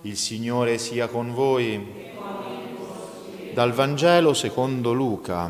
Il Signore sia con voi. Dal Vangelo secondo Luca.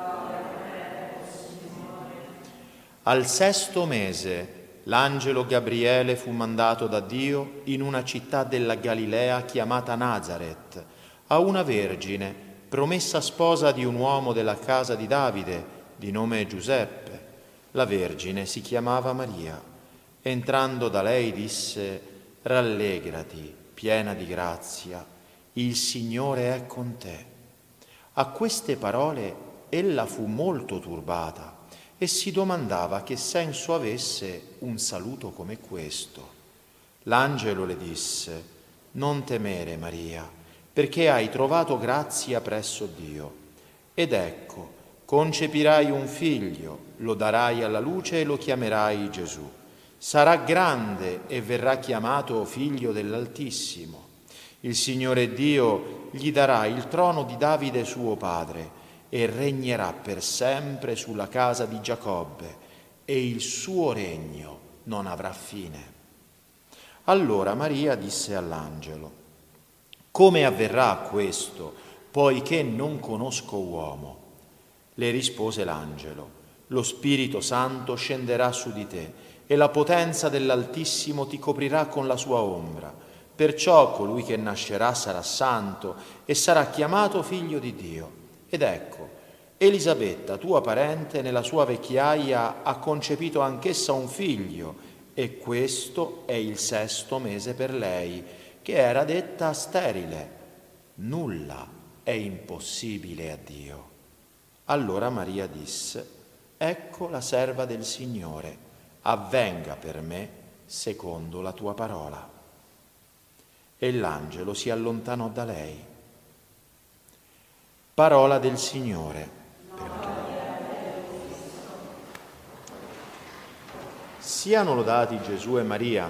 Al 6° mese l'angelo Gabriele fu mandato da Dio in una città della Galilea chiamata Nazaret, a una vergine, promessa sposa di un uomo della casa di Davide, di nome Giuseppe. La vergine si chiamava Maria. Entrando da lei disse: «Rallegrati, piena di grazia, il Signore è con te». A queste parole ella fu molto turbata e si domandava che senso avesse un saluto come questo. L'angelo le disse: «Non temere, Maria, perché hai trovato grazia presso Dio. Ed ecco, concepirai un figlio, lo darai alla luce e lo chiamerai Gesù. Sarà grande e verrà chiamato Figlio dell'Altissimo. Il Signore Dio gli darà il trono di Davide suo padre e regnerà per sempre sulla casa di Giacobbe e il suo regno non avrà fine». Allora Maria disse all'angelo: «Come avverrà questo, poiché non conosco uomo?» Le rispose l'angelo: «Lo Spirito Santo scenderà su di te e la potenza dell'Altissimo ti coprirà con la sua ombra. Perciò colui che nascerà sarà santo e sarà chiamato figlio di Dio. Ed ecco, Elisabetta, tua parente, nella sua vecchiaia ha concepito anch'essa un figlio, e questo è il 6° mese per lei, che era detta sterile. Nulla è impossibile a Dio». Allora Maria disse: «Ecco la serva del Signore, avvenga per me secondo la tua parola». E l'angelo si allontanò da lei. Parola del Signore. Siano lodati Gesù e Maria.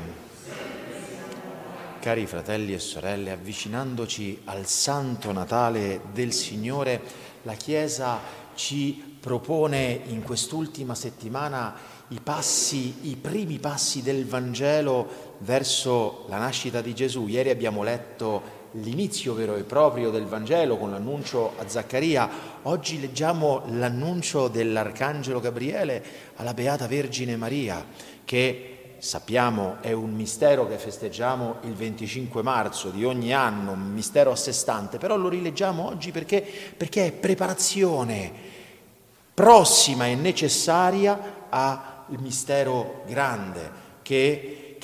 Cari fratelli e sorelle, avvicinandoci al Santo Natale del Signore, la Chiesa ci propone in quest'ultima settimana i primi passi del Vangelo verso la nascita di Gesù. Ieri abbiamo letto l'inizio vero e proprio del Vangelo con l'annuncio a Zaccaria. Oggi leggiamo l'annuncio dell'Arcangelo Gabriele alla Beata Vergine Maria, che sappiamo è un mistero che festeggiamo il 25 marzo di ogni anno, un mistero a sé stante, però lo rileggiamo oggi perché è preparazione prossima e necessaria al mistero grande che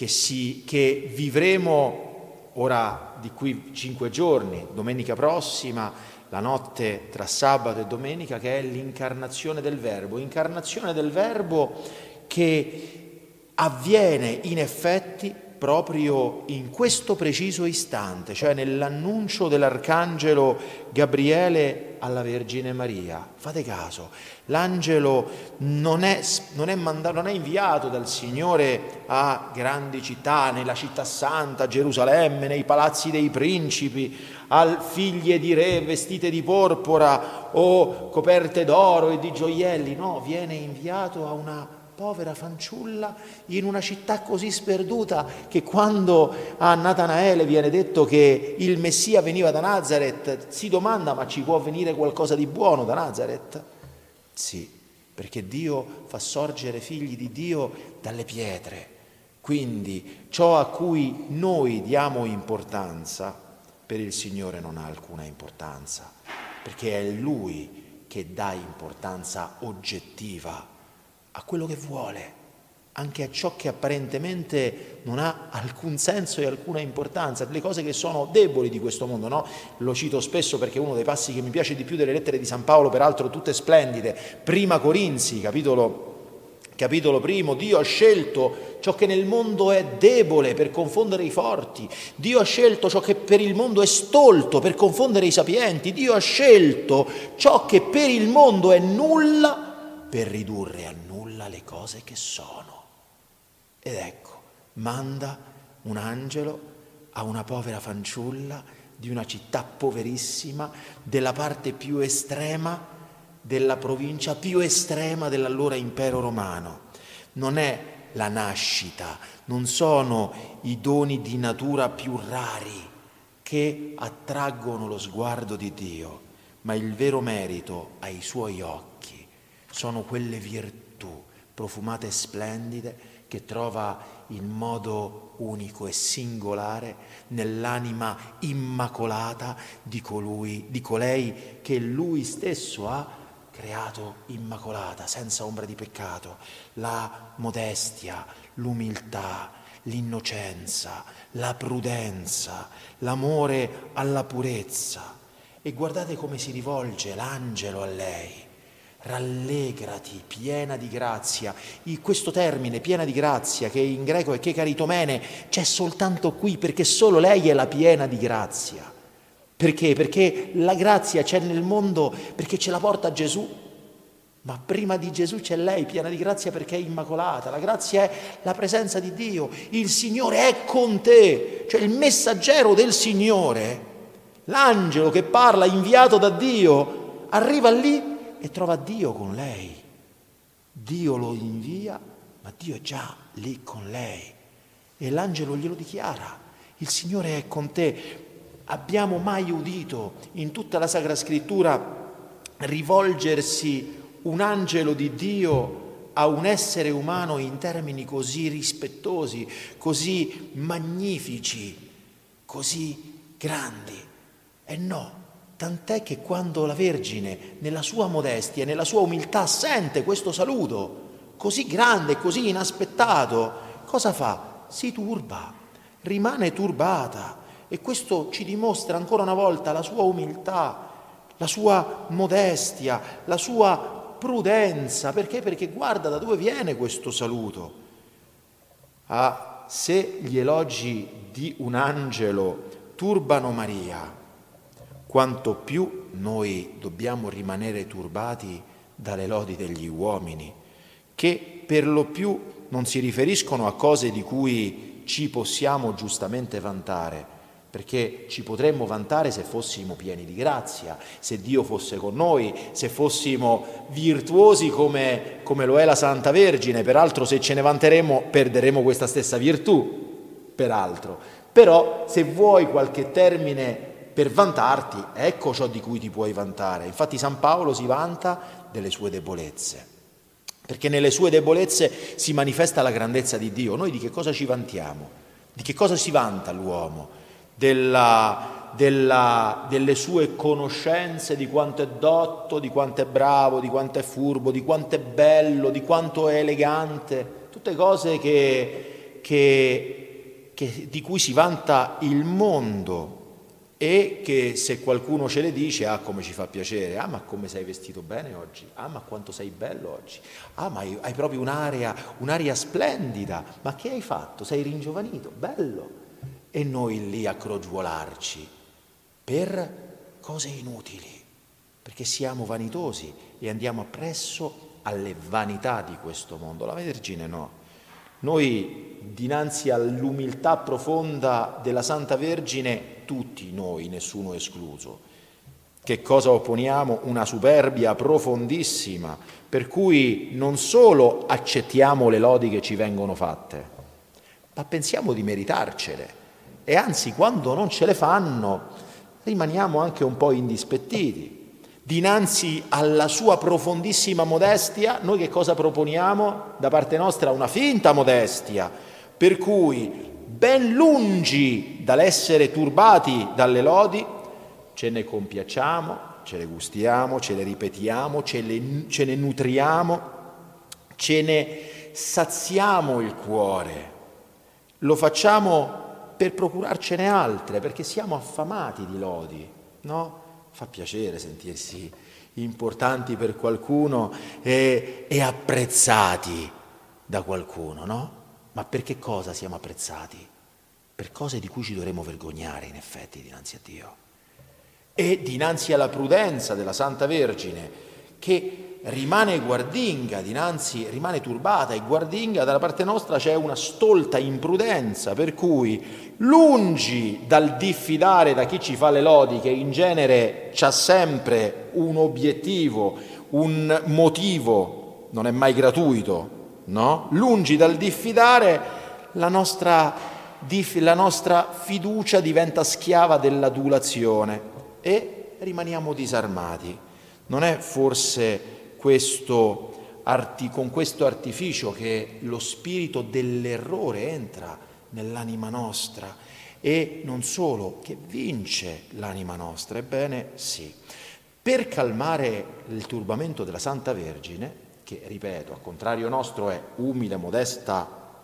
vivremo ora di qui 5 giorni, domenica prossima, la notte tra sabato e domenica, che è l'incarnazione del Verbo che avviene in effetti proprio in questo preciso istante, cioè nell'annuncio dell'Arcangelo Gabriele alla Vergine Maria. Fate caso, l'angelo non è inviato dal Signore a grandi città, nella città santa, Gerusalemme, nei palazzi dei principi, a figlie di re vestite di porpora o coperte d'oro e di gioielli. No, viene inviato a una povera fanciulla in una città così sperduta che quando a Natanaele viene detto che il Messia veniva da Nazaret, si domanda: ma ci può venire qualcosa di buono da Nazaret? Sì, perché Dio fa sorgere figli di Dio dalle pietre. Quindi ciò a cui noi diamo importanza, per il Signore non ha alcuna importanza, perché è Lui che dà importanza oggettiva a quello che vuole, anche a ciò che apparentemente non ha alcun senso e alcuna importanza, le cose che sono deboli di questo mondo, no? Lo cito spesso perché è uno dei passi che mi piace di più delle lettere di San Paolo, peraltro tutte splendide. Prima Corinzi, capitolo 1: Dio ha scelto ciò che nel mondo è debole per confondere i forti. Dio ha scelto ciò che per il mondo è stolto per confondere i sapienti. Dio ha scelto ciò che per il mondo è nulla per ridurre a nulla le cose che sono. Ed ecco, manda un angelo a una povera fanciulla di una città poverissima, della parte più estrema della provincia più estrema dell'allora impero romano. Non è la nascita, non sono i doni di natura più rari, che attraggono lo sguardo di Dio, ma il vero merito ai suoi occhi sono quelle virtù profumate e splendide che trova in modo unico e singolare nell'anima immacolata di colei che lui stesso ha creato immacolata, senza ombra di peccato. La modestia, l'umiltà, l'innocenza, la prudenza, l'amore alla purezza. E guardate come si rivolge l'angelo a lei. Rallegrati, piena di grazia. Questo termine, piena di grazia, che in greco è che caritomene, c'è soltanto qui, perché solo lei è la piena di grazia. Perché? Perché la grazia c'è nel mondo, perché ce la porta Gesù. Ma prima di Gesù c'è lei, piena di grazia, perché è immacolata. La grazia è la presenza di Dio. Il Signore è con te, cioè il messaggero del Signore, l'angelo che parla, inviato da Dio, arriva lì e trova Dio con lei. Dio lo invia, ma Dio è già lì con lei. E l'angelo glielo dichiara: il Signore è con te. Abbiamo mai udito in tutta la Sacra Scrittura rivolgersi un angelo di Dio a un essere umano in termini così rispettosi, così magnifici, così grandi? E no. Tant'è che quando la Vergine, nella sua modestia, nella sua umiltà, sente questo saluto così grande, così inaspettato, cosa fa? Si turba, rimane turbata. E questo ci dimostra ancora una volta la sua umiltà, la sua modestia, la sua prudenza. Perché? Perché guarda da dove viene questo saluto. Se gli elogi di un angelo turbano Maria, quanto più noi dobbiamo rimanere turbati dalle lodi degli uomini, che per lo più non si riferiscono a cose di cui ci possiamo giustamente vantare, perché ci potremmo vantare se fossimo pieni di grazia, se Dio fosse con noi, se fossimo virtuosi come lo è la Santa Vergine. Peraltro, se ce ne vanteremo, perderemo questa stessa virtù, peraltro. Però se vuoi qualche termine per vantarti, ecco ciò di cui ti puoi vantare. Infatti San Paolo si vanta delle sue debolezze, perché nelle sue debolezze si manifesta la grandezza di Dio. Noi di che cosa ci vantiamo? Di che cosa si vanta l'uomo? Delle sue conoscenze, di quanto è dotto, di quanto è bravo, di quanto è furbo, di quanto è bello, di quanto è elegante, tutte cose di cui si vanta il mondo. E che se qualcuno ce le dice, come ci fa piacere, ma come sei vestito bene oggi, ma quanto sei bello oggi, ma hai proprio un'aria splendida, ma che hai fatto? Sei ringiovanito, bello. E noi lì a crogiuolarci per cose inutili, perché siamo vanitosi e andiamo appresso alle vanità di questo mondo. La Vergine no. Noi, dinanzi all'umiltà profonda della Santa Vergine, tutti noi, nessuno escluso, che cosa opponiamo? Una superbia profondissima, per cui non solo accettiamo le lodi che ci vengono fatte, ma pensiamo di meritarcele. E anzi, quando non ce le fanno, rimaniamo anche un po' indispettiti. Dinanzi alla sua profondissima modestia, noi che cosa proponiamo? Da parte nostra una finta modestia, per cui ben lungi dall'essere turbati dalle lodi, ce ne compiacciamo, ce le gustiamo, ce le ripetiamo, ce ne nutriamo, ce ne saziamo il cuore. Lo facciamo per procurarcene altre, perché siamo affamati di lodi, no? Fa piacere sentirsi importanti per qualcuno e apprezzati da qualcuno, no? Ma per che cosa siamo apprezzati? Per cose di cui ci dovremmo vergognare, in effetti, dinanzi a Dio. E dinanzi alla prudenza della Santa Vergine, che rimane guardinga, rimane turbata e guardinga, dalla parte nostra c'è una stolta imprudenza, per cui lungi dal diffidare da chi ci fa le lodi, che in genere c'ha sempre un obiettivo, un motivo, non è mai gratuito, no? Lungi dal diffidare, la nostra la nostra fiducia diventa schiava dell'adulazione e rimaniamo disarmati. Non è forse con questo artificio che lo spirito dell'errore entra nell'anima nostra e non solo, che vince l'anima nostra? Ebbene sì. Per calmare il turbamento della Santa Vergine, che ripeto, al contrario nostro è umile, modesta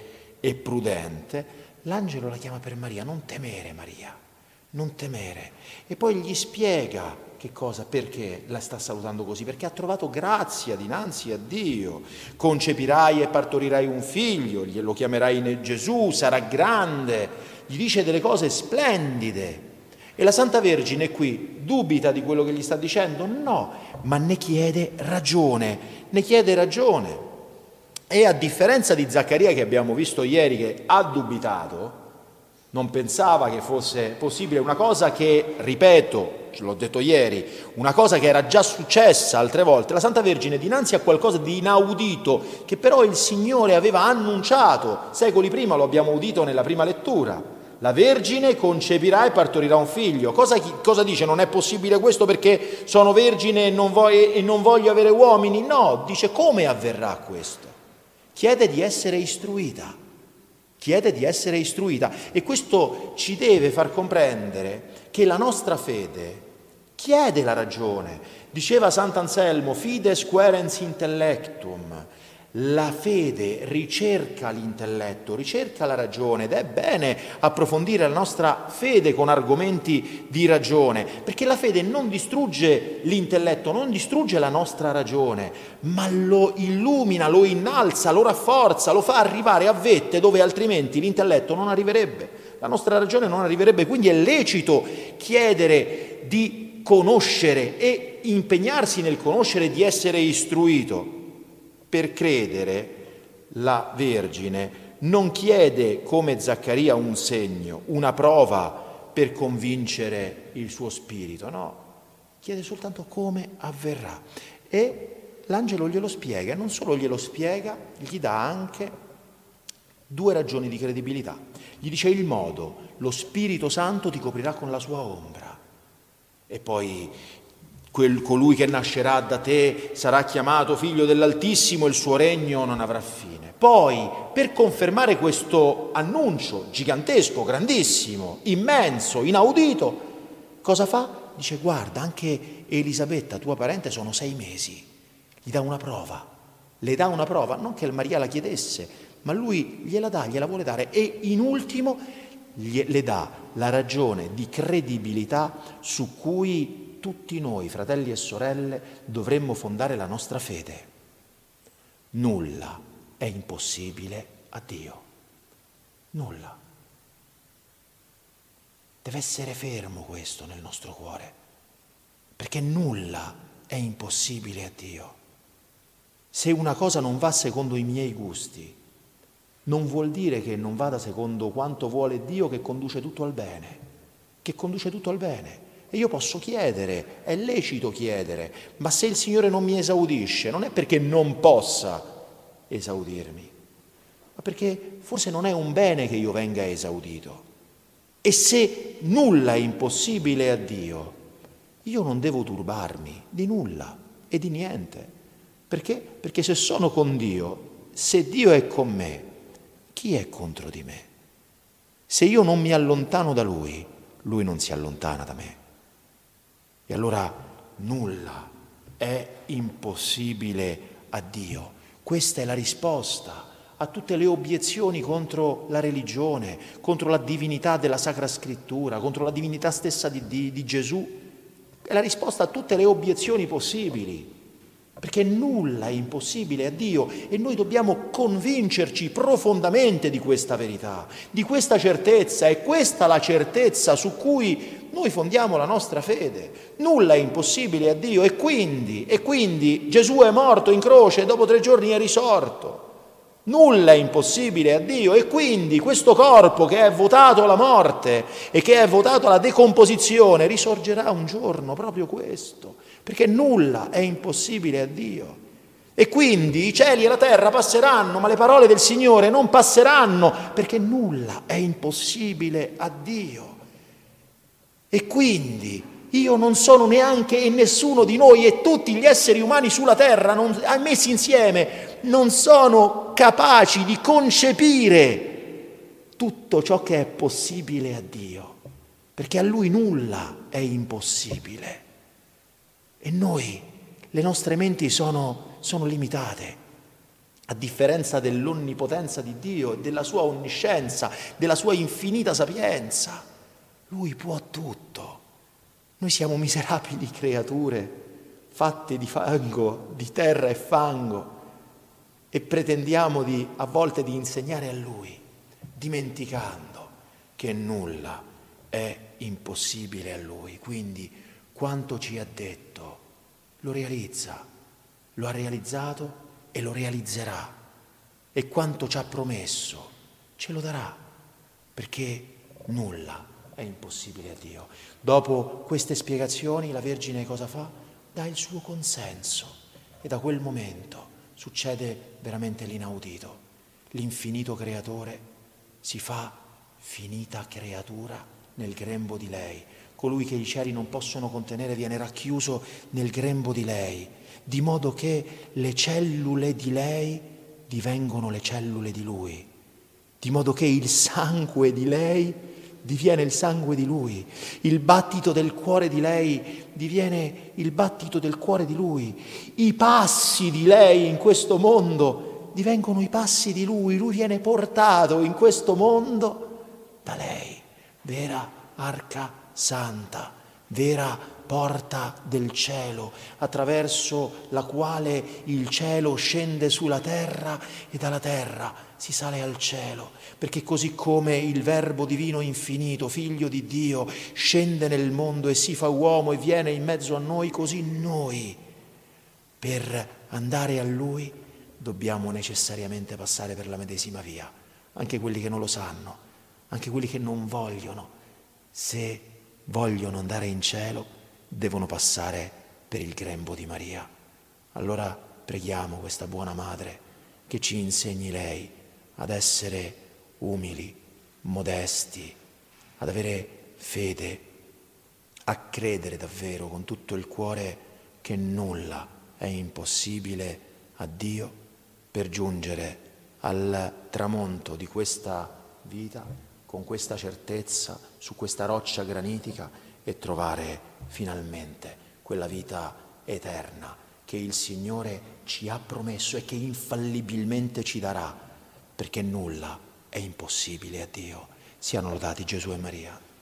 e prudente, l'angelo la chiama per Maria: non temere Maria, non temere. E poi gli spiega che cosa, perché la sta salutando così, perché ha trovato grazia dinanzi a Dio. Concepirai e partorirai un figlio, glielo chiamerai Gesù, sarà grande, gli dice delle cose splendide. E la Santa Vergine qui dubita di quello che gli sta dicendo? No, ma ne chiede ragione, ne chiede ragione. E a differenza di Zaccaria che abbiamo visto ieri, che ha dubitato, non pensava che fosse possibile una cosa che, ripeto, l'ho detto ieri, una cosa che era già successa altre volte, la Santa Vergine dinanzi a qualcosa di inaudito che però il Signore aveva annunciato secoli prima, lo abbiamo udito nella prima lettura: la Vergine concepirà e partorirà un figlio. Cosa dice? Non è possibile questo perché sono vergine e non voglio avere uomini? No, dice come avverrà questo. Chiede di essere istruita. Chiede di essere istruita, e questo ci deve far comprendere che la nostra fede chiede la ragione. Diceva Sant'Anselmo: fides querens intellectum. La fede ricerca l'intelletto, ricerca la ragione, ed è bene approfondire la nostra fede con argomenti di ragione, perché la fede non distrugge l'intelletto, non distrugge la nostra ragione, ma lo illumina, lo innalza, lo rafforza, lo fa arrivare a vette dove altrimenti l'intelletto non arriverebbe, la nostra ragione non arriverebbe. Quindi è lecito chiedere di conoscere e impegnarsi nel conoscere, di essere istruito. Per credere, la Vergine non chiede come Zaccaria un segno, una prova per convincere il suo spirito, no, chiede soltanto come avverrà. E l'angelo glielo spiega, e non solo glielo spiega, gli dà anche due ragioni di credibilità. Gli dice il modo: lo Spirito Santo ti coprirà con la sua ombra, e poi colui che nascerà da te sarà chiamato figlio dell'Altissimo, il suo regno non avrà fine. Poi, per confermare questo annuncio gigantesco, grandissimo, immenso, inaudito, cosa fa? Dice: guarda, anche Elisabetta, tua parente, sono 6 mesi. Gli dà una prova, le dà una prova, non che Maria la chiedesse, ma lui gliela dà, gliela vuole dare, e in ultimo le dà la ragione di credibilità su cui tutti noi, fratelli e sorelle, dovremmo fondare la nostra fede. Nulla è impossibile a Dio. Nulla. Deve essere fermo questo nel nostro cuore, perché nulla è impossibile a Dio. Se una cosa non va secondo i miei gusti, non vuol dire che non vada secondo quanto vuole Dio, che conduce tutto al bene, che conduce tutto al bene. E io posso chiedere, è lecito chiedere, ma se il Signore non mi esaudisce, non è perché non possa esaudirmi, ma perché forse non è un bene che io venga esaudito. E se nulla è impossibile a Dio, io non devo turbarmi di nulla e di niente. Perché? Perché se sono con Dio, se Dio è con me, chi è contro di me? Se io non mi allontano da Lui, Lui non si allontana da me. E allora nulla è impossibile a Dio. Questa è la risposta a tutte le obiezioni contro la religione, contro la divinità della Sacra Scrittura, contro la divinità stessa di Gesù. È la risposta a tutte le obiezioni possibili, perché nulla è impossibile a Dio, e noi dobbiamo convincerci profondamente di questa verità, di questa certezza. È questa la certezza su cui noi fondiamo la nostra fede. Nulla è impossibile a Dio, e quindi Gesù è morto in croce e dopo 3 giorni è risorto. Nulla è impossibile a Dio, e quindi questo corpo che è votato alla morte e che è votato alla decomposizione risorgerà un giorno, proprio questo, perché nulla è impossibile a Dio. E quindi i cieli e la terra passeranno, ma le parole del Signore non passeranno, perché nulla è impossibile a Dio. E quindi io non sono neanche, e nessuno di noi e tutti gli esseri umani sulla terra, messi insieme, non sono capaci di concepire tutto ciò che è possibile a Dio, perché a Lui nulla è impossibile. E noi, le nostre menti sono limitate, a differenza dell'onnipotenza di Dio e della sua onniscienza, della sua infinita sapienza. Lui può tutto. Noi siamo miserabili creature, fatte di fango, di terra e fango, e pretendiamo a volte di insegnare a Lui, dimenticando che nulla è impossibile a Lui. Quindi quanto ci ha detto lo realizza, lo ha realizzato e lo realizzerà, e quanto ci ha promesso ce lo darà, perché nulla è impossibile a Dio. Dopo queste spiegazioni la Vergine cosa fa? Dà il suo consenso, e da quel momento succede veramente l'inaudito. L'infinito creatore si fa finita creatura nel grembo di lei. Colui che i cieli non possono contenere viene racchiuso nel grembo di lei, di modo che le cellule di lei divengono le cellule di lui, di modo che il sangue di lei diviene il sangue di lui, il battito del cuore di lei diviene il battito del cuore di lui, i passi di lei in questo mondo divengono i passi di lui viene portato in questo mondo da lei, vera arca santa, vera porta del cielo, attraverso la quale il cielo scende sulla terra e dalla terra si sale al cielo, perché così come il Verbo divino infinito, Figlio di Dio, scende nel mondo e si fa uomo e viene in mezzo a noi, così noi, per andare a Lui, dobbiamo necessariamente passare per la medesima via. Anche quelli che non lo sanno, anche quelli che non vogliono, se vogliono andare in cielo, devono passare per il grembo di Maria. Allora preghiamo questa buona Madre che ci insegni lei ad essere umili, modesti, ad avere fede, a credere davvero con tutto il cuore che nulla è impossibile a Dio, per giungere al tramonto di questa vita con questa certezza su questa roccia granitica e trovare finalmente quella vita eterna che il Signore ci ha promesso e che infallibilmente ci darà, perché nulla è impossibile a Dio. Siano lodati Gesù e Maria.